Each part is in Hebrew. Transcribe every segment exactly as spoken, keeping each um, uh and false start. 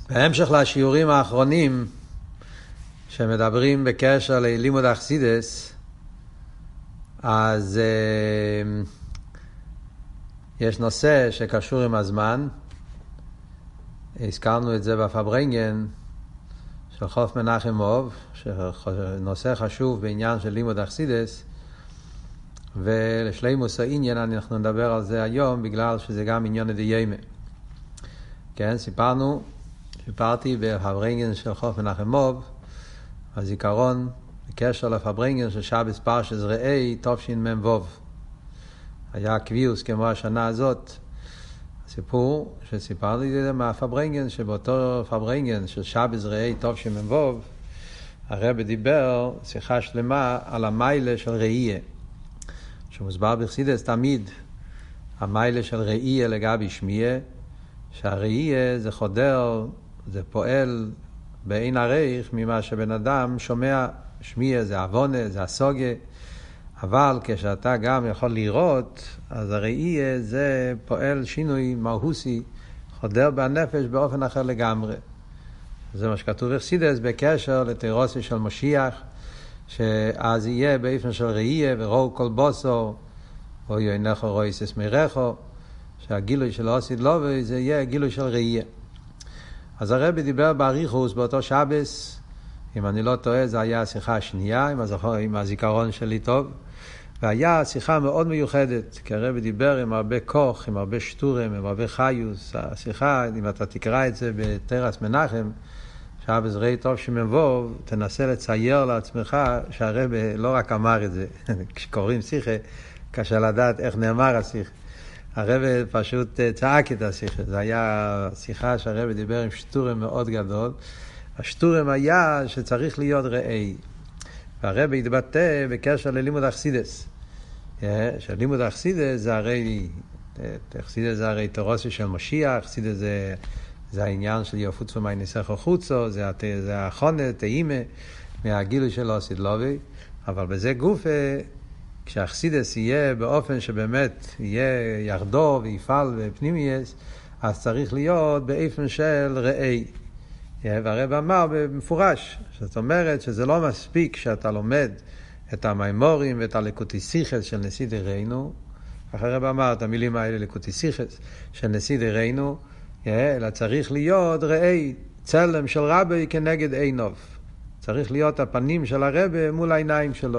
בהמשך לשיעורים האחרונים שמדברים בקשר ללימוד אכסידס, אז uh, יש נושא שקשור עם הזמן. הזכרנו את זה בפברנגן של חוף מנחם מוב, שנושא חשוב בעניין של לימוד אכסידס, ולשלימוס העניין אנחנו נדבר על זה היום, בגלל שזה גם עניין דיימה. כן, סיפרנו, סיפרתי בפברנגן של חוף מנחם מוב, הזיכרון בקשר לפברנגן של שבס פרשת ראה תשמ"ו. היה קביעוס כמו השנה הזאת. הסיפור שסיפרתי את זה מהפברנגן, שבאותו פברנגן של שבס ראה תשמ"ו, הרב דיבר שיחה שלמה על המיילה של ראייה, שמוסבר בחסידס תמיד המיילה של ראייה לגבי שמיעה, שהראייה זה חודר, זה פועל בעין הרייך ממה שבן אדם שומע. שמיעה זה אבונה, זה הסוגה, אבל כשאתה גם יכול לראות, אז הראייה זה פועל שינוי מהוסי, חודר בנפש באופן אחר לגמרי. זה מה שכתוב בחסידס בקשר לתירוסי של משיח, שאז יהיה באופן של ראייה וראו כל בוסו, או יוינכו רויס אסמירךו, שהגילוי של אוסיד לובי זה יהיה גילוי של ראייה. אז הרב דיבר באריכוס באותו שבס, אם אני לא טועה זה היה השיחה השנייה, עם, הזכור, עם הזיכרון שלי טוב, והיה שיחה מאוד מיוחדת, כי הרב דיבר עם הרבה כוח, עם הרבה שטורם, עם הרבה חיוס. השיחה, אם אתה תקרא את זה בתרס מנחם, שבס ראי תשמ"ו, תנסה לצייר לעצמך שהרב לא רק אמר את זה, כשקוראים שיחה, קשה לדעת איך נאמר השיחה. הרב פשוט צעק את השיחה. זה היה שיחה שהרב דיבר עם שטורם מאוד גדול. השטורם היה שצריך להיות ראי. והרב התבטא בקשר ללימוד אכסידס. שלימוד אכסידס זה הרי, אכסידס זה הרי תורוסי של משיח, אכסידס זה, זה העניין של יפוץ ומי ניסח חוצו, זה, זה החונה, תאימה, מהגילוי של אוסיד לובי. אבל בזה גוף, כשאכסידס יהיה באופן שבאמת יהיה יחדור ויפעל בפנימייס, אז צריך להיות באופן של ראי. והרב אמר במפורש, זאת אומרת שזה לא מספיק שאתה לומד את המיימורים ואת הליקוטי סיכס של נשיא דרענו, הרב אמר את המילים האלה ליקוטי סיכס של נשיא דרענו, אלא צריך להיות ראי, צלם של רבי כנגד עינוב. צריך להיות הפנים של הרב מול העיניים שלו.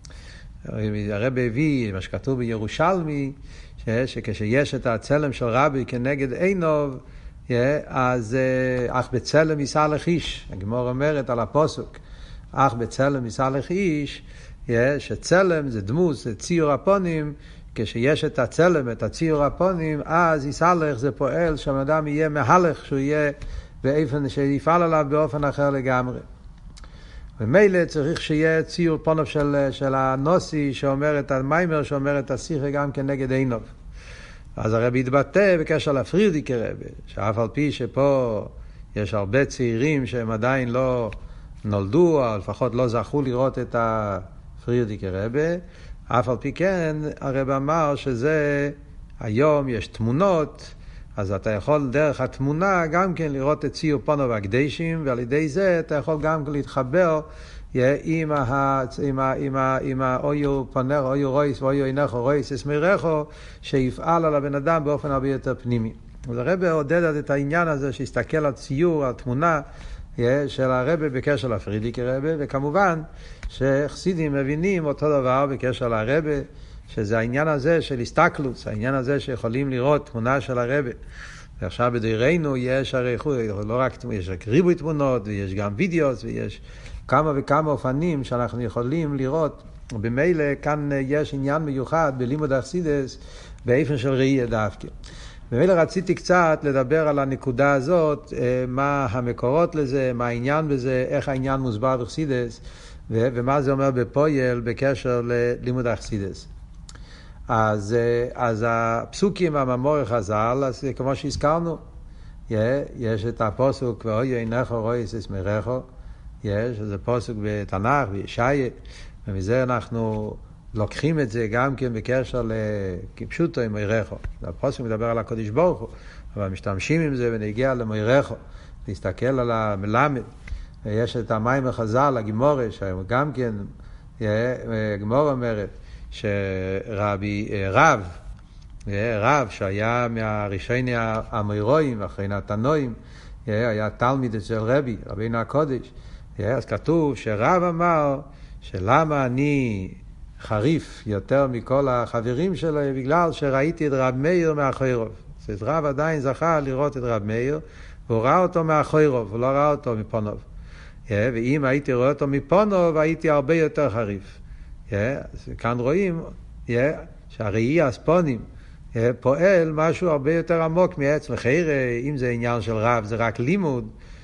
הרב הביא מה שכתוב בירושלמי, שכשיש את הצלם של רבי כנגד עינוב, אז אך בצלם יישא לך איש. הגמור אומרת על הפסוק, אך בצלם יישא לך איש, שצלם זה דמות, זה ציור הפונים. כשיש את הצלם, את הציור הפונים, אז יישא לך, זה פועל שהאדם יהיה מהלך, שהוא יהיה באופן שיפעל עליו באופן אחר לגמרי. ומילא צריך שיהיה ציור פונוב של, של הנוסי שאומר את המיימר, שאומר את השיחה גם כנגד עינוב. אז הרב התבטא בקשר לפרידיקי רבי, שאף על פי שפה יש הרבה צעירים שהם עדיין לא נולדו, או לפחות לא זכו לראות את הפרידיקי רבי, אף על פי כן הרב אמר שזה, היום יש תמונות, אז אתה יכול דרך התמונה גם כן לראות את ציור פונו והקדשים, ועל ידי זה אתה יכול גם להתחבר עם ה עם ה עם ה עם האויו פנר אויו רויס ואויו אינכו רויס אסמירךו, שיפעל על הבן אדם באופן הרבה יותר פנימי. אז הרב עודד את העניין הזה שיסתכל על ציור, על תמונה של הרב בקשר לפרידיקי רבי, וכמובן שחסידים מבינים אותו דבר בקשר לרב, שזה העניין הזה של הסתכלות, העניין הזה שיכולים לראות תמונה של הרבי. ועכשיו בדורנו יש הרי לא רק יש רק ריבוי תמונות, ויש גם וידאוס, ויש כמה וכמה אופנים שאנחנו יכולים לראות. במילא כאן יש עניין מיוחד בלימוד אכסידס באופן של ראייה דווקא. במילא רציתי קצת לדבר על הנקודה הזאת, מה המקורות לזה, מה העניין בזה, איך העניין מוסבר באכסידס, ומה זה אומר בפועל בקשר ללימוד אכסידס. אז, אז הפסוקים והמאמרי חז"ל, אז כמו שהזכרנו, יש את הפסוק ואוי אינכו רויס אסמירךו, יש, זה פסוק בתנ"ך וישעיה, ומזה אנחנו לוקחים את זה גם כן בקשר לכפשוטו עם מוירךו. הפסוק מדבר על הקדוש ברוך הוא, אבל משתמשים עם זה ונגיע למוירךו. להסתכל על המלמד, יש את המים החז"ל, הגימורה, שגם כן, הגימורה אומרת, שרבי רב, רב שהיה מהראשוני האמורואים, אחרי נתנואים, היה תלמיד אצל רבי, רבינו הקודש, אז כתוב שרב אמר, שלמה אני חריף יותר מכל החברים שלו, בגלל שראיתי את רב מאיר מאחוריו. אז רב עדיין זכה לראות את רב מאיר, והוא ראה אותו מאחוריו, הוא לא ראה אותו מפונוב. ואם הייתי רואה אותו מפונוב, הייתי הרבה יותר חריף. אז כאן רואים שהראי הספונים פועל משהו הרבה יותר עמוק מעץ. לכן, אם זה עניין של רב, זה רק לימוד,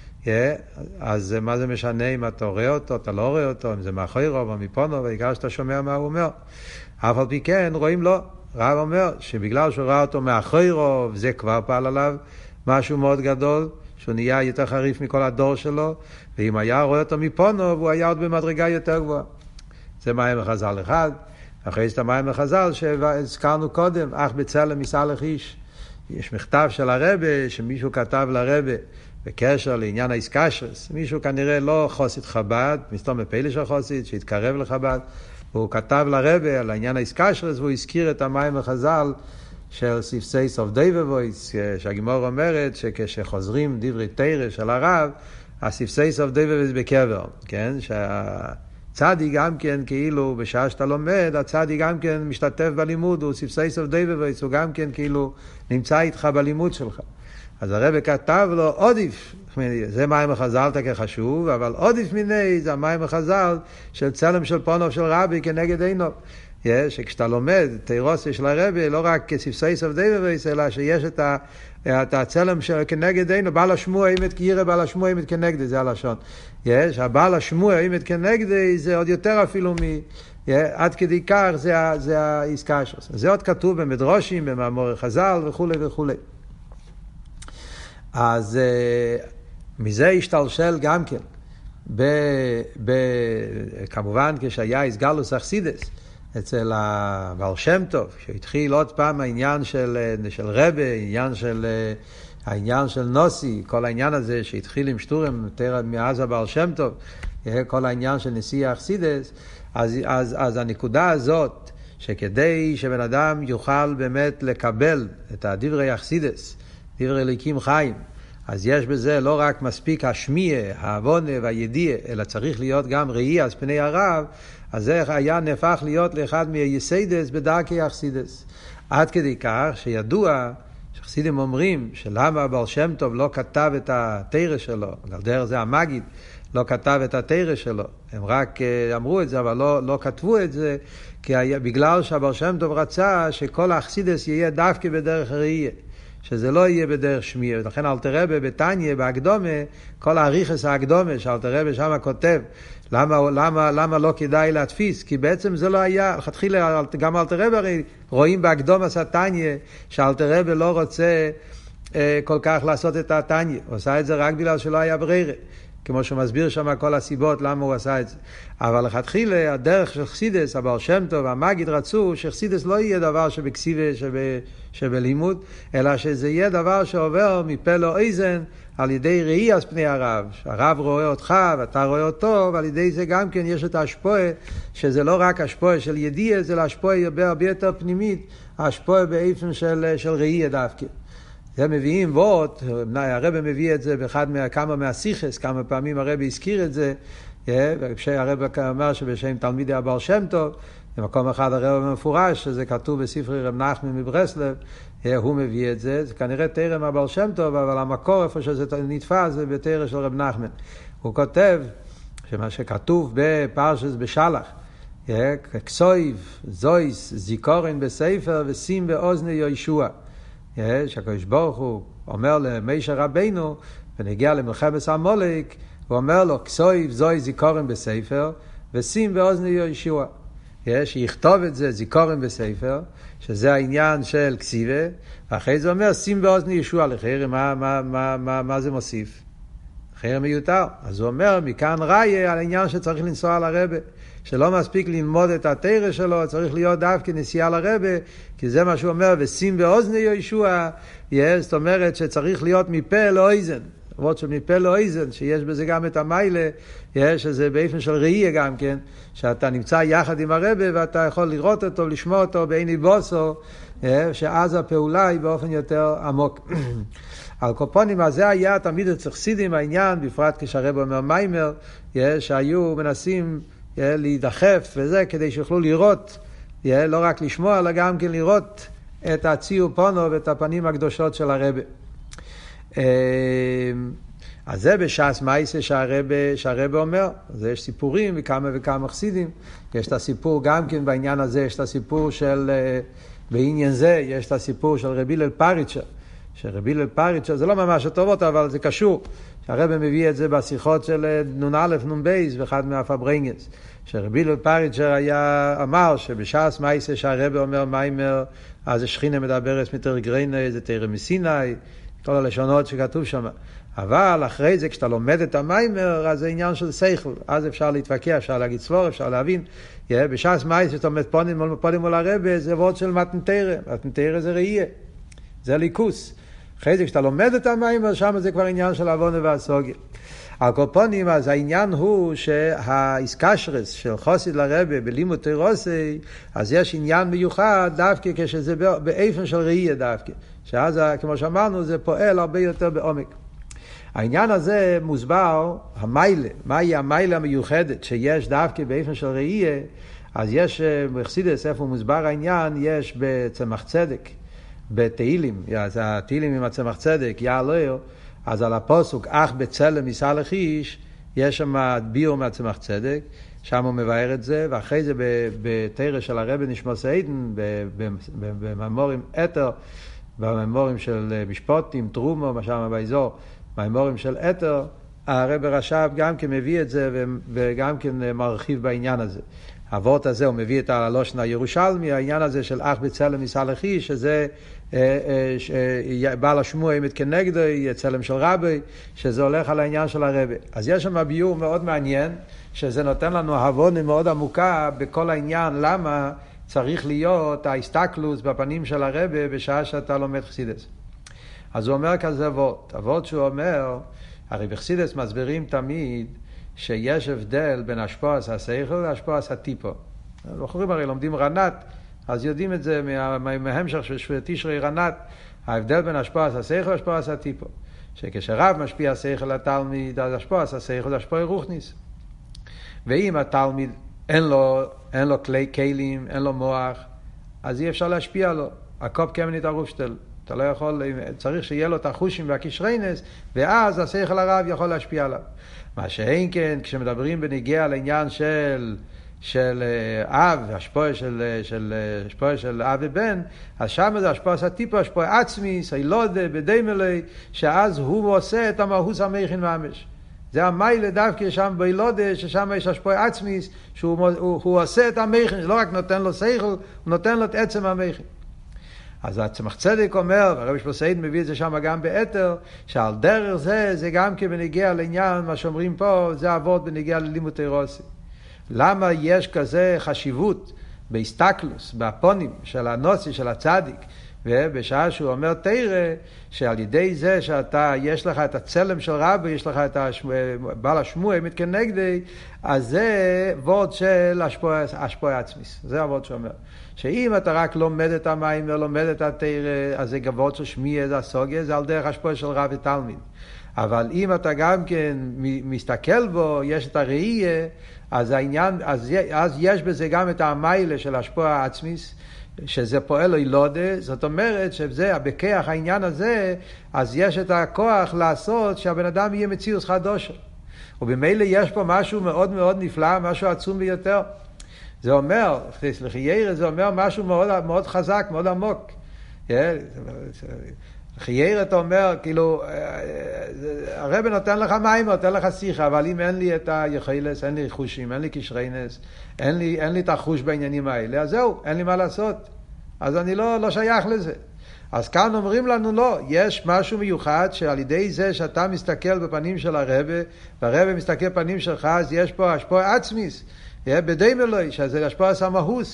אז מה זה משנה אם אתה רואה אותו, אתה לא רואה אותו, אם זה מאחוריו או מפונוב, והעיקר שאתה שומע מה הוא אומר. אף על פי כן רואים לו, רב אומר שבגלל שהוא ראה אותו מאחוריו, זה כבר פעל עליו משהו מאוד גדול, שהוא נהיה יותר חריף מכל הדור שלו, ואם היה רואה אותו מפונוב, הוא היה עוד במדרגה יותר גבוהה. זה מים החז"ל אחד. אחרי זה המים החז"ל שהזכרנו קודם, אך בצלם מסלח איש. יש מכתב של הרבי, שמישהו כתב לרבי, בקשר לעניין האיסקשרס. מישהו כנראה לא חוסית חב"ד, מסתום בפעילה של חוסית, שהתקרב לחב"ד, והוא כתב לרבי על העניין האיסקשרס, והוא הזכיר את המים החז"ל, של ספסי סוף די ובויס, שהגימור אומרת שכשחוזרים דברי תורה של הרב, הספסי סוף די ובויס בקבר, כן? שהצדי גם כן, כאילו בשעה שאתה לומד, הצדי גם כן משתתף בלימוד, הוא ספסי סוף די ובויס, הוא גם כן כאילו נמצא איתך בלימוד שלך. אז הרב כתב לו, עודיף, זה מים החז"ל כחשוב, אבל עודיף מיני, זה המים החז"ל של צלם של פונוב של רבי כנגד עינו. שכשאתה לומד תירוסי של הרבי, לא רק כספסי סוף די ובויס, אלא שיש את, ה, את הצלם של כנגד עינו, בעל השמוע אימת כירא, בעל השמוע אימת כנגד, זה הלשון. יש, הבעל השמוע אימת כנגד, זה עוד יותר אפילו מ... עד כדי כך זה, זה האיסקשרס. זה עוד כתוב במדרושים, במאמרי חז"ל וכו' וכו'. אז מזה השתלשל גם כן, ב, ב, כמובן כשהיה איסגלוס אכסידס, אצל הבעל שם טוב, שהתחיל עוד פעם העניין של, של רבי, העניין של, העניין של נוסי, כל העניין הזה שהתחיל עם שטורם יותר מאז הבעל שם טוב, כל העניין של נשיא האכסידס, אז, אז, אז הנקודה הזאת, שכדי שבן אדם יוכל באמת לקבל את הדברי האכסידס, דברי אליקים חיים, אז יש בזה לא רק מספיק השמיע, העוונה והידיעה, אלא צריך להיות גם ראי על פני הרב, אז זה היה נהפך להיות לאחד מהיסיידס בדרכי האכסידס. עד כדי כך שידוע, שחסידים אומרים, שלמה הבעל שם טוב לא כתב את התורה שלו, על דרך זה המגיד לא כתב את התורה שלו, הם רק אמרו את זה, אבל לא, לא כתבו את זה, כי היה, בגלל שהבעל שם טוב רצה שכל האכסידס יהיה דווקא בדרך ראייה. שזה לא יהיה בדרך שמיע. לכן אלתר רבי בתניא, בהקדומה, כל האריכוס ההקדומה שאלתר רבי שם כותב, למה, למה, למה לא כדאי להתפיס? כי בעצם זה לא היה, לכתחילה גם אלתר רבי הרי רואים בהקדומה התניא, שאלתר רבי לא רוצה אה, כל כך לעשות את התניא. הוא עשה את זה רק בגלל שלא היה ברירה. כמו שהוא מסביר שם כל הסיבות למה הוא עשה את זה. אבל לכתחילה, הדרך של חסידס, הבעל שם טוב והמגיד רצו שחסידס לא יהיה דבר שבכסיבה, שב, שבלימוד, אלא שזה יהיה דבר שעובר מפה לאוזן על ידי ראי על פני הרב. הרב רואה אותך ואתה רואה אותו, ועל ידי זה גם כן יש את ההשפועה, שזה לא רק השפועה של ידיעה, זה להשפועה הרבה יותר פנימית, ההשפועה באופן של, של ראי דווקא. זה מביאים וורט, הרב מביא את זה באחד מה, כמה מהשיחס, כמה פעמים הרב הזכיר את זה, והרב אמר שבשם תלמידי הבעל שם טוב, במקום אחד הרב מפורש, שזה כתוב בספרי רב נחמן מברסלב, הוא מביא את זה, זה כנראה תרם הבעל שם טוב, אבל המקור איפה שזה נתפס זה בתרם של רב נחמן. הוא כותב, שמה שכתוב בפרשס בשלח, כסויב, זויס, זיכורן בספר ושים באוזני יהושע. שהקדוש ברוך הוא אומר למשה רבינו ונגיע למלחמת עמלק, הוא אומר לו כסויב זוי זיכורן בספר ושים באוזני יהושע, שיכתוב את זה זיכורן בספר, שזה העניין של כסיבה, ואחרי זה אומר שים באוזני יהושע. לחיר מה, מה, מה, מה, מה זה מוסיף? לחיר מיותר. אז הוא אומר מכאן ראיה על העניין שצריך לנסוע על הרבה, שלא מספיק ללמוד את התורה שלו, צריך להיות דווקא נסיעה לרבה, כי זה מה שהוא אומר, ושים באוזני יהושע, זאת אומרת שצריך להיות מפה לאוזן. וורד של מפה לאוזן, שיש בזה גם את המיילה, יש איזה באופן של ראייה גם כן, שאתה נמצא יחד עם הרב ואתה יכול לראות אותו, לשמוע אותו בעיני בוסו, שאז הפעולה היא באופן יותר עמוק. על קופונים, אז זה היה תמיד אצל חסידים העניין, בפרט כשהרב אומר מיימר, שהיו מנסים להידחף וזה, כדי שיוכלו לראות, לא רק לשמוע, אלא גם כן לראות את הציור פונו ואת הפנים הקדושות של הרב. אז זה בשעס מייסה שהרב, שהרב אומר, זה יש סיפורים וכמה וכמה חסידים, יש את הסיפור גם כן בעניין הזה, יש את הסיפור של, בעניין זה, יש את הסיפור של רבי הלל פריצ'ר, שרבי הלל פריצ'ר זה לא ממש הטובות, אבל זה קשור, שהרב מביא את זה בשיחות של נון א' נון בייס, ואחד מהפברנגס, שרבי הלל פריצ'ר היה, אמר שבשעס מייסה שהרב אומר מיימר, אז השכינה מדברת מתר גריינה, זה תרא מסיני, כל הלשונות שכתוב שם. אבל אחרי זה, כשאתה לומד את המיימר, אז זה עניין של שכל. אז אפשר להתווכח, אפשר להגיד סבור, אפשר להבין. בשעס מייס, שאתה עומד פונים, פונים מול הרב, זה וורד של מתן תרא. מתן תרא זה ראייה. זה ליכוס. אחרי זה, כשאתה לומד את המיימר, שם זה כבר עניין של עוונה והסוגיה. על כל פונים, אז העניין הוא שהאיסקשרס של חסיד לרבה בלימוד תורוסי, אז יש עניין מיוחד דווקא כשזה באופן של ראייה דווקא. שאז, כמו שאמרנו, זה פועל הרבה יותר בעומק. העניין הזה מוסבר, המיילה, מהי המיילה המיוחדת שיש דווקא באופן של ראייה, אז יש בחסידות, איפה מוסבר העניין, יש בצמח צדק, בתהילים, אז התהילים עם הצמח צדק, יעלו, אז על הפסוק, אך בצלם יישא לך איש, יש שם ביור מהצמח צדק, שם הוא מבאר את זה, ואחרי זה בתרא של הרבי נשמוס עדן, במאמורים אתר, במאמורים של משפוטים, תרומו, מה שם באזור, במאמורים של אתר, הרבי רש"ב גם כן מביא את זה, וגם כן מרחיב בעניין הזה. העבוד הזה הוא מביא את הלושן הירושלמי, העניין הזה של אך בצלם יישא לך איש, שזה בעל השמוע אמת כנגדו, צלם של רבי, שזה הולך על העניין של הרבי. אז יש שם ביור מאוד מעניין, שזה נותן לנו הבנה מאוד עמוקה בכל העניין, למה צריך להיות ההסתכלות בפנים של הרבי בשעה שאתה לומד חסידות. אז הוא אומר כזה עבוד, עבוד שהוא אומר, הרי בחסידות מסבירים תמיד, שיש הבדל בין השפועס השכל והשפועס הטיפו. בחורים הרי לומדים רנת, אז יודעים את זה מההמשך של שבט תשרי רנת, ההבדל בין השפועס השכל והשפועס הטיפו. שכשרב משפיע השכל לתלמיד, אז השפועס השכל זה השפועי רוחניס. ואם התלמיד אין לו, אין לו כלי כלים, אין לו מוח, אז אי אפשר להשפיע לו. הקופ כמנית הרופשטל. אתה לא יכול, צריך שיהיה לו את החושים והקשרינס, ואז השכל הרב יכול להשפיע עליו. מה שאין כן, כשמדברים בנגיע לעניין של, של אב, השפוע של, של, השפוע של אב ובן, אז שם זה השפוע סטיפה, השפוע עצמי, סילודה, בדיימלי, שאז הוא עושה את המהוס המכין ממש. זה המיילה דווקא שם בילודה, ששם יש השפוע עצמי, שהוא הוא, הוא עושה את המכין, לא רק נותן לו שכל, הוא נותן לו את עצם המכין. אז הצמח צדק אומר, והרבי שפוסייד מביא את זה שם גם באתר, שעל דרך זה, זה גם כבנגיע לעניין, מה שאומרים פה, זה עבוד בנגיע ללימוד תורוסי. למה יש כזה חשיבות בהסתכלוס, בפונים של הנוצי, של הצדיק, ובשעה שהוא אומר תרא, שעל ידי זה שאתה, יש לך את הצלם של רבי, יש לך את בעל השמוע, אמת כנגדי, אז זה ווד של השפוע עצמיס. זה הווד שאומר. שאם אתה רק לומד את המים ולומד את התרא, אז זה גבוד של שמיה, זה הסוגיה, זה על דרך השפוע של רב ותלמיד. אבל אם אתה גם כן מסתכל בו, יש את הראייה, אז העניין, אז, אז יש בזה גם את המיילה של השפוע העצמיס, שזה פועל או ילודה, זאת אומרת שזה, בכך העניין הזה, אז יש את הכוח לעשות שהבן אדם יהיה מציאוס חדושה. ובמילא יש פה משהו מאוד מאוד נפלא, משהו עצום ביותר. זה אומר, לחיירה זה אומר משהו מאוד, מאוד חזק, מאוד עמוק. לחיירה אתה אומר, כאילו, הרב נותן לך מים, נותן לך שיחה, אבל אם אין לי את היכולת, אין לי חושים, אין לי קשרינס, אין לי, אין לי את החוש בעניינים האלה, אז זהו, אין לי מה לעשות. אז אני לא, לא שייך לזה. אז כאן אומרים לנו לא, יש משהו מיוחד שעל ידי זה שאתה מסתכל בפנים של הרב, והרב מסתכל בפנים שלך, אז יש פה השפוע עצמיס, בדיימלוי, שזה השפוע סמהוס,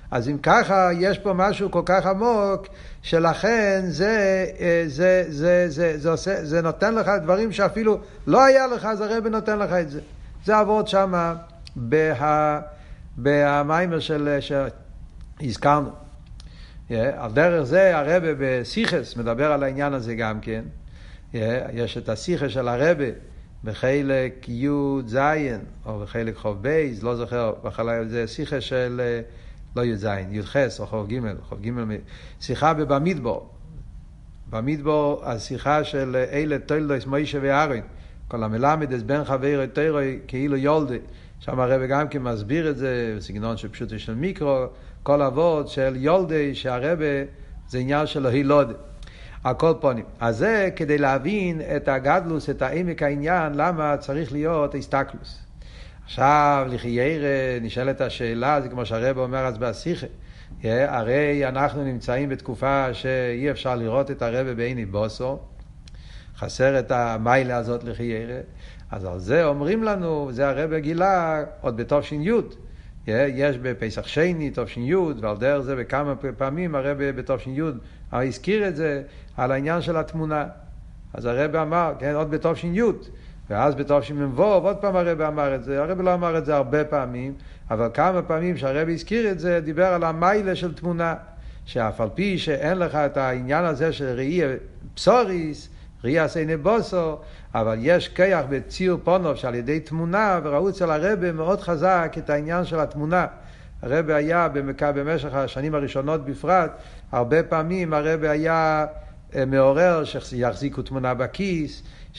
אז אם ככה, יש פה משהו כל כך עמוק, שלכן זה, זה, זה, זה, זה, עושה, זה נותן לך דברים שאפילו לא היה לך, אז הרב נותן לך את זה. זה עבוד שם בה, במיימר של, שהזכרנו. Yeah, על דרך זה הרב בשיחס מדבר על העניין הזה גם כן. Yeah, יש את השיחה של הרב בחלק י' זין, או בחלק חוב בייז, לא זוכר, בחלק זה שיחה של לא י' זין, י' חס או חוב ג', חוב ג', שיחה במדבור. במדבור, השיחה של אלה תולדות מוישה ואהרון, כל המלמד אז בן חברי תוירוי כאילו יולדי, שם הרב גם כן מסביר את זה, בסגנון של פשוט של מיקרו, כל אבות של יולדי, שהרב זה עניין שלו הילוד. הכל פונים. אז זה כדי להבין את הגדלוס, את העמק העניין, למה צריך להיות הסתכלוס. עכשיו, לחיירה, נשאלת השאלה, זה כמו שהרב אומר אז בשיחה, הרי אנחנו נמצאים בתקופה שאי אפשר לראות את הרב בעיני בוסו, חסר את המיילה הזאת לחיירה, אז על זה אומרים לנו, זה הרב גילה עוד בתופשין י', יש בפסח שני, תופשין י', ועל דרך זה בכמה פעמים הרב בתופשין י' הזכיר את זה על העניין של התמונה. אז הרב אמר, כן, עוד בתופשין י', ואז בתופשין מ"ו, עוד פעם הרב אמר את זה. הרב לא אמר את זה הרבה פעמים, אבל כמה פעמים שהרב הזכיר את זה, דיבר על המיילה של תמונה, שאף על פי שאין לך את העניין הזה של ראי פסוריס, ראי עשיני בוסו, אבל יש כיח בציור פונוב שעל ידי תמונה, וראו אצל הרב מאוד חזק את העניין של התמונה. הרב היה במשך השנים הראשונות בפרט, הרבה פעמים הרב היה מעורר שיחזיקו תמונה בכיס,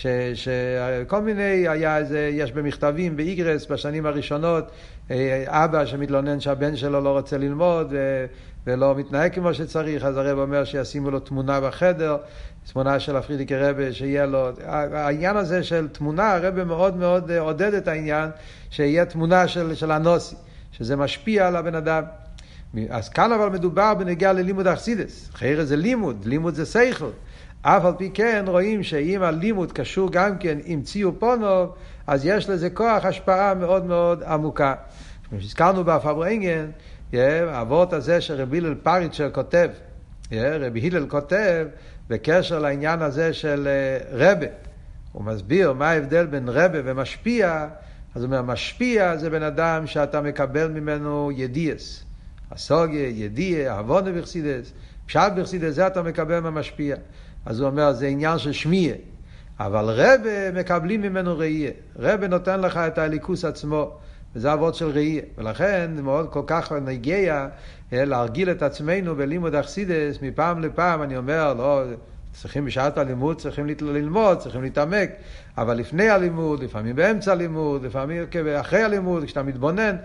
שכל מיני היה איזה, יש במכתבים באיגרס בשנים הראשונות, אבא שמתלונן שהבן שלו לא רוצה ללמוד ולא מתנהג כמו שצריך, אז הרב אומר שישימו לו תמונה בחדר, תמונה של הפרידיקי רבי שיהיה לו, העניין הזה של תמונה, הרב מאוד מאוד עודד את העניין שיהיה תמונה של, של הנוסי, שזה משפיע על הבן אדם. אז כאן אבל מדובר בנגיעה ללימוד אכסידס, חייר זה לימוד, לימוד זה שכל, אף על פי כן רואים שאם הלימוד קשור גם כן עם ציור פונוב, אז יש לזה כוח השפעה מאוד מאוד עמוקה. כמו שהזכרנו בפברנגן, האבות הזה שרבי הלל פריצ'ר כותב, רבי הלל כותב בקשר לעניין הזה של רבי, הוא מסביר מה ההבדל בין רבי ומשפיע. אז הוא אומר, משפיע זה בן אדם שאתה מקבל ממנו ידיעס, הסוגיה, ידיעה, הבונה בחסידס, פשט בחסידס, זה אתה מקבל מהמשפיע. אז הוא אומר, זה עניין של שמיע. אבל רבי מקבלים ממנו ראייה. רבי נותן לך את הליכוס עצמו, וזה עבוד של ראייה. ולכן מאוד כל כך נגיע להרגיל את עצמנו בלימוד החסידס, מפעם לפעם אני אומר, לא, צריכים בשעת הלימוד, צריכים ללמוד, צריכים להתעמק, אבל לפני הלימוד, לפעמים באמצע הלימוד, לפעמים אחרי הלימוד, כשאתה מתבונן,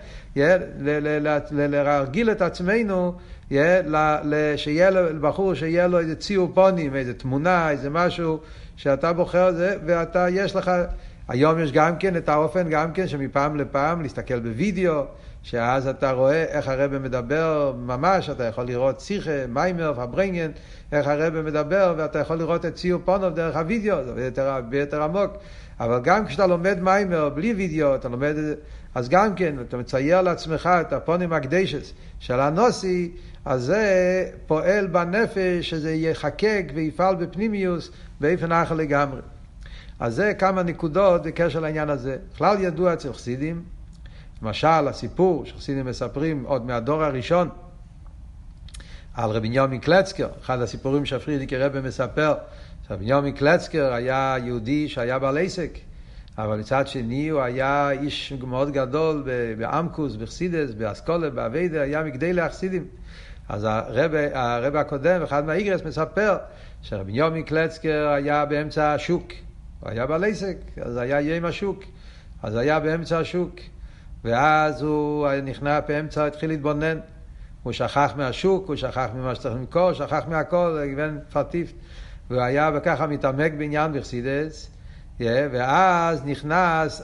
להרגיל את עצמנו, שיהיה לבחור שיהיה לו איזה ציור פונים, איזה תמונה, איזה משהו שאתה בוחר זה, ואתה יש לך, היום יש גם כן את האופן, גם כן שמפעם לפעם להסתכל בווידאו, שאז אתה רואה איך הרב מדבר ממש, אתה יכול לראות שיחה, מיימר, פברנגן, איך הרב מדבר, ואתה יכול לראות את ציור פונוב דרך הווידאו, זה ביותר, ביותר עמוק. אבל גם כשאתה לומד מיימר בלי וידאו, אתה לומד, אז גם כן, אתה מצייר לעצמך את הפונים הקדשס של הנוסי, אז זה פועל בנפש, שזה יחקק ויפעל בפנימיוס, באופן אחר לגמרי. אז זה כמה נקודות בקשר לעניין הזה. בכלל ידוע אצל חסידים, למשל, הסיפור שחסידים מספרים עוד מהדור הראשון על רבי בנימין קלצקר, אחד הסיפורים שהפרידיקי רבי מספר, רבי בנימין קלצקר היה יהודי שהיה בעל עסק, אבל מצד שני הוא היה איש מאוד גדול בעמקוס, בחסידס, באסכולה, בעבודה, היה מגדלי החסידים. אז הרבי, הרבי הקודם, אחד מהאיגרס, מספר שרבי בנימין קלצקר היה באמצע השוק, הוא היה בעל עסק, אז היה יום השוק, אז היה באמצע השוק, ואז הוא נכנע באמצע, התחיל להתבונן, הוא שכח מהשוק, הוא שכח ממה שצריך למכור, שכח מהכל, גוון פרטיפט, והוא היה וככה מתעמק בעניין בחסידס, ואז נכנס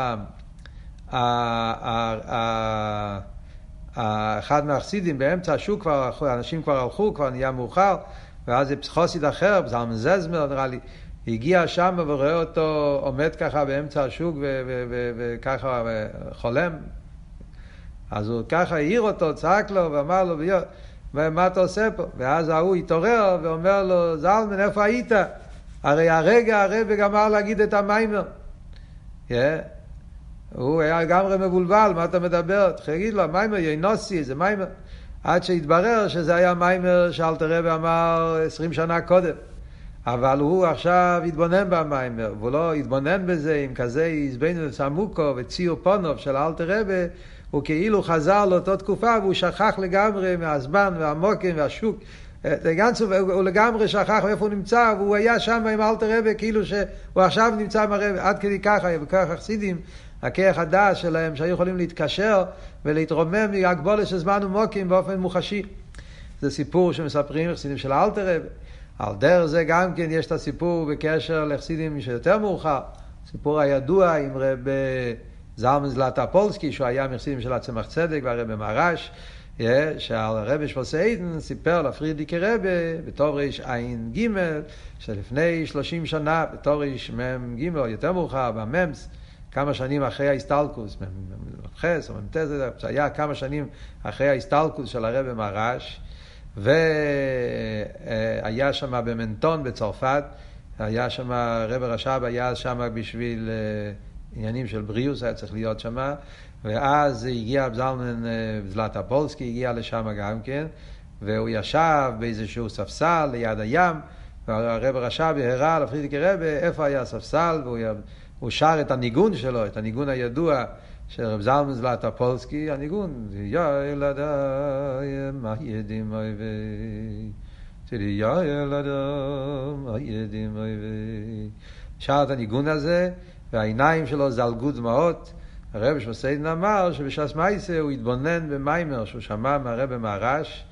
אחד מהחסידים באמצע השוק, אנשים כבר הלכו, כבר נהיה מאוחר, ואז זה חסיד אחר, זלמן זזמר נראה לי, הגיע שם ורואה אותו עומד ככה באמצע השוק וככה חולם. אז הוא ככה העיר אותו, צעק לו ואמר לו, מה אתה עושה פה? ואז ההוא התעורר ואומר לו, זלמן, איפה היית? הרי הרגע הרב גמר להגיד את המיימר. Yeah. הוא היה לגמרי מבולבל, מה אתה מדבר? תגיד לו, המיימר ינוסי, זה מיימר. עד שהתברר שזה היה מיימר שאלתר רבי אמר עשרים שנה קודם. אבל הוא עכשיו התבונן במיימר, והוא לא התבונן בזה עם כזה איזבנינוס עמוקו וציור פונוב של אלתר רבי, הוא כאילו חזר לאותה תקופה והוא שכח לגמרי מהזמן והמוקים והשוק. הוא לגמרי שכח איפה הוא נמצא, והוא היה שם עם אלתר רבי כאילו שהוא עכשיו נמצא עם הרבי, עד כדי ככה, וככה חסידים, הכיח הדעת שלהם שהיו יכולים להתקשר ולהתרומם מהגבולה של זמן ומוקים באופן מוחשי. זה סיפור שמספרים חסידים של אלתר רבי. על דרך זה גם כן יש את הסיפור בקשר לחסידים שיותר מאוחר, סיפור הידוע עם רב זלמן זלאטופולסקי, שהוא היה מחסידים של הצמח צדק והרב מרש, שהרב שפוסיידן סיפר לפרידיקי רבי בתור ריש עין ג' שלפני שלושים שנה, בתור ריש מם ג' או יותר מאוחר בממס, כמה שנים אחרי ההסתלקוס, חס או ממתז, היה כמה שנים אחרי ההסתלקוס של הרב מרש, והיה שם במנטון בצרפת, היה שם רב רש"ב, היה שם בשביל עניינים של בריאוס, היה צריך להיות שם, ואז הגיע זלמן זלאטופולסקי, הגיע לשם גם כן, והוא ישב באיזשהו ספסל ליד הים, והרב רש"ב הראה לפרידיקי רבי איפה היה הספסל, והוא שר את הניגון שלו, את הניגון הידוע של רב זלמן זלאטופולסקי, הניגון, יא ילדיי, מה ידים אויבי, תראי יא ילדיי, מה ידים אויבי. שר את הניגון הזה, והעיניים שלו זלגו דמעות. הרב שפוסיידן אמר שבש"ס מייסה הוא התבונן במיימר שהוא שמע מהרב מרש,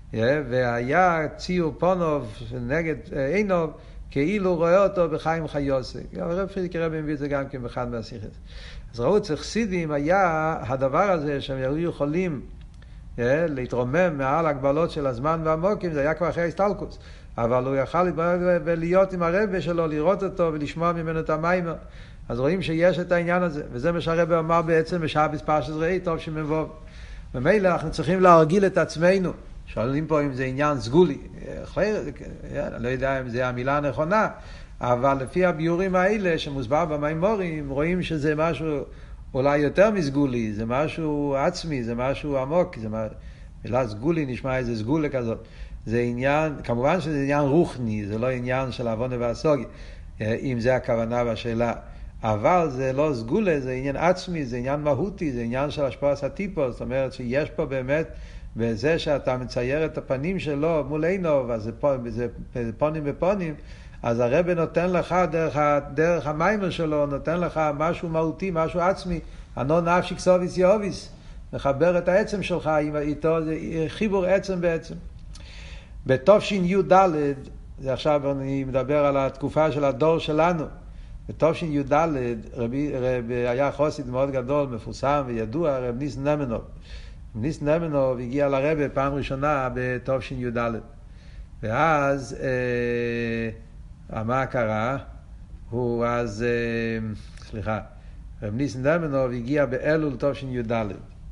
והיה ציור פונוב נגד עינוב, כאילו רואה אותו בחיים חיוסי. הרב פרידיקי רבי מביא את זה גם כן באחד מהשיחות. אז ראו אצל חסידים היה הדבר הזה שהם היו יכולים להתרומם מעל הגבלות של הזמן והמוקים, זה היה כבר אחרי ההסתלקוס. אבל הוא יכל להיות עם הרב שלו, לראות אותו ולשמוע ממנו את המיימר. אז רואים שיש את העניין הזה, וזה מה שהרב אמר בעצם בשעה בפרשת ראה, טוב שמבוא. ומילא אנחנו צריכים להרגיל את עצמנו. שואלים פה אם זה עניין סגולי. אני לא יודע אם זה המילה הנכונה, אבל לפי הביורים האלה שמוסבר במיימורים, רואים שזה משהו אולי יותר מסגולי, זה משהו עצמי, זה משהו עמוק, זה מילה סגולי נשמע איזה סגולה כזאת. זה עניין, כמובן שזה עניין רוחני, זה לא עניין של עוונה והסוגיה, אם זה הכוונה והשאלה. אבל זה לא סגולה, זה עניין עצמי, זה עניין מהותי, זה עניין של השפעת הטיפוס, זאת אומרת שיש פה באמת, בזה שאתה מצייר את הפנים שלו מול עינו, וזה פונים בפונים, אז הרב נותן לך דרך, דרך המיימר שלו, נותן לך משהו מהותי, משהו עצמי, אנו נפשיק סוביס יאוביס, מחבר את העצם שלך עם איתו, זה חיבור עצם בעצם. בתופשין י' ד', זה עכשיו אני מדבר על התקופה של הדור שלנו, בתופשין י' ד' רבי, רבי היה חוסיד מאוד גדול, מפורסם וידוע, רב ניסן נמנוב. ניסן נמנוב הגיע לרבי פעם ראשונה בתופשין י' ד', ואז אה, מה קרה? הוא אז, אה, סליחה, רב ניסן נמנוב הגיע באלול תופשין י' ד',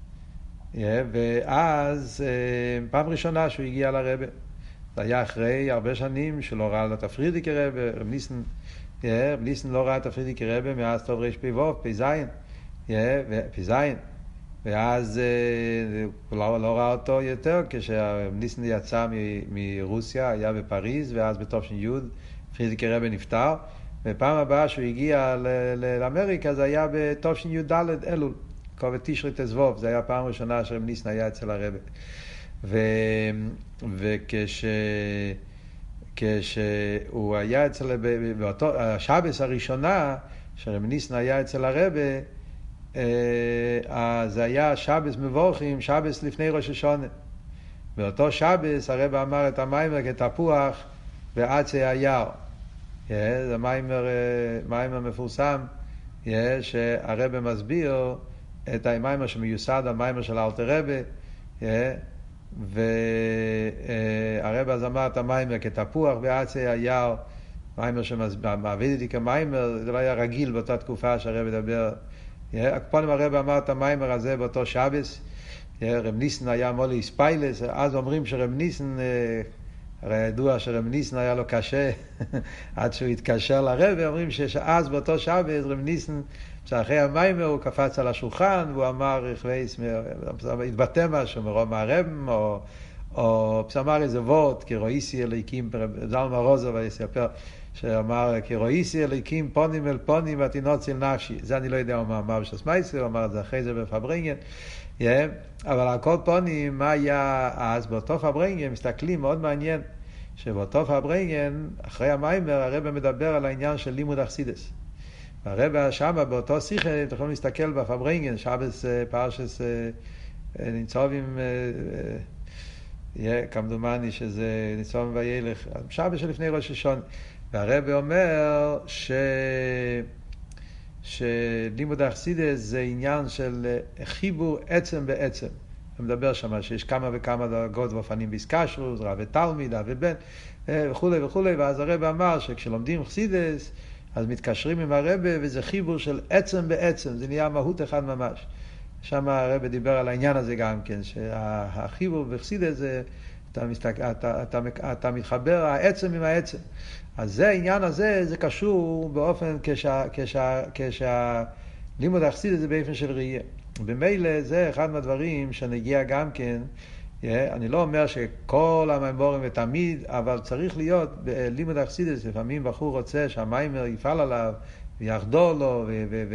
ואז אה, פעם ראשונה שהוא הגיע לרבי, זה היה אחרי הרבה שנים שלא ראה את הפרידיקי רבי, רב ניסן, רב ניסן לא ראה את הפרידיקי רבי מאז טוב רש פי ווב, פי זין, פי זין, ואז הוא לא, לא ראה אותו יותר כשרב ניסן יצא מ- מרוסיה, היה בפריז, ואז בתופשין י' פרידיקי רבי נפטר, ופעם הבאה שהוא הגיע ל- ל- לאמריקה זה היה בתופשין י' ד' אלול, כובד תשרי תזבוב, זה היה פעם ראשונה שרב ניסן היה אצל הרבי. ו... וכש... כשהוא היה אצל... באותו... השבס הראשונה שרב ניסן היה אצל הרבי, אז זה היה שבס מבורכים, שבס לפני ראש השונה. באותו שבס הרבי אמר את המיימר כתפוח ועצי היער. זה מיימר, מיימר מפורסם, שהרבי מסביר את המיימר שמיוסד, המיימר של אלתר רבי, והרב אז אמר את המיימר כתפוח ועצי היער, מיימר שמעביד איתי כמיימר, זה לא היה רגיל באותה תקופה שהרב ידבר הקפונים הרב אמר את המיימר הזה באותו שבס, רב ניסן היה מולי ספיילס, אז אומרים שרב ניסן, הרי ידוע שרב ניסן היה לו קשה עד שהוא התקשר לרב, אומרים שאז באותו שבס רב ניסן, שאחרי המיימר הוא קפץ על השולחן והוא אמר, התבטא משהו מרום הרב, או או פסמר איזה וורט, כרואיסי אליקים, זלמה רוזוב יספר, שאמר, כרואיסי אליקים פונים אל פונים ותינוץ אל נפשי. זה אני לא יודע מה אמר בשס מייסר, הוא אמר את זה אחרי זה בפברנגן. Yeah. אבל על כל פונים, מה היה אז באותו פברנגן, מסתכלים, מאוד מעניין, שבאותו פברנגן, אחרי המיימר, הרב מדבר על העניין של לימוד אכסידס. והרב שמה באותו שיחה, אתם יכולים להסתכל בפברנגן, שבס פרשס ניצובים, יהיה כמדומני שזה ניצום וילך, שבת שלפני ראש השון. והרב אומר ש... שלימוד האכסידס זה עניין של חיבור עצם בעצם. הוא מדבר שם שיש כמה וכמה דרגות ואופנים באיסקשרוס, רב ותלמיד, אב ובן, וכו' וכו'. ואז הרב אמר שכשלומדים אכסידס, אז מתקשרים עם הרב, וזה חיבור של עצם בעצם, זה נהיה מהות אחד ממש. שם הרב דיבר על העניין הזה גם כן, שהחיבור בחסידות זה, אתה, מסתק, אתה, אתה, אתה מתחבר העצם עם העצם. אז זה העניין הזה, זה קשור באופן כשהלימוד החסידות זה באופן של ראייה. במילא זה אחד מהדברים שנגיע גם כן, אני לא אומר שכל המיימורים ותמיד, אבל צריך להיות בלימוד החסידות, לפעמים בחור רוצה שהמיימר יפעל עליו, ויחדור לו,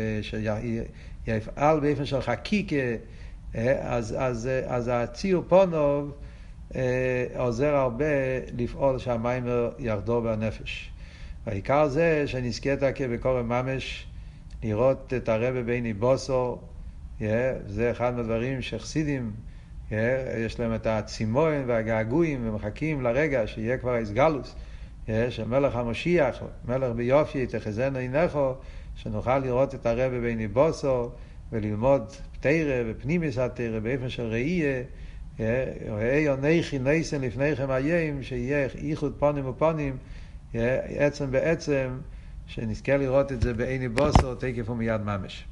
ויפעל באופן של חקיקה, אז, אז, אז הציור פונוב עוזר הרבה לפעול שהמיימר יחדור בנפש. והעיקר זה שנזכית כבקורא ממש, לראות את הרב בעיני בוסור, זה אחד מהדברים שחסידים, יש להם את הצימון והגעגועים, ומחכים לרגע שיהיה כבר הסגלוס, שמלך המשיח, מלך ביופי, תחזינה עיניכו, שנוכל לראות את הרב בעיני בוסור, וללמוד תורה ופנימיס התורה באופן של ראייה, ראי עונכי ניסן לפניכם היום, שיהיה איחוד פונים ופונים, עצם בעצם, שנזכה לראות את זה בעיני בוסור, תקף ומיד ממש.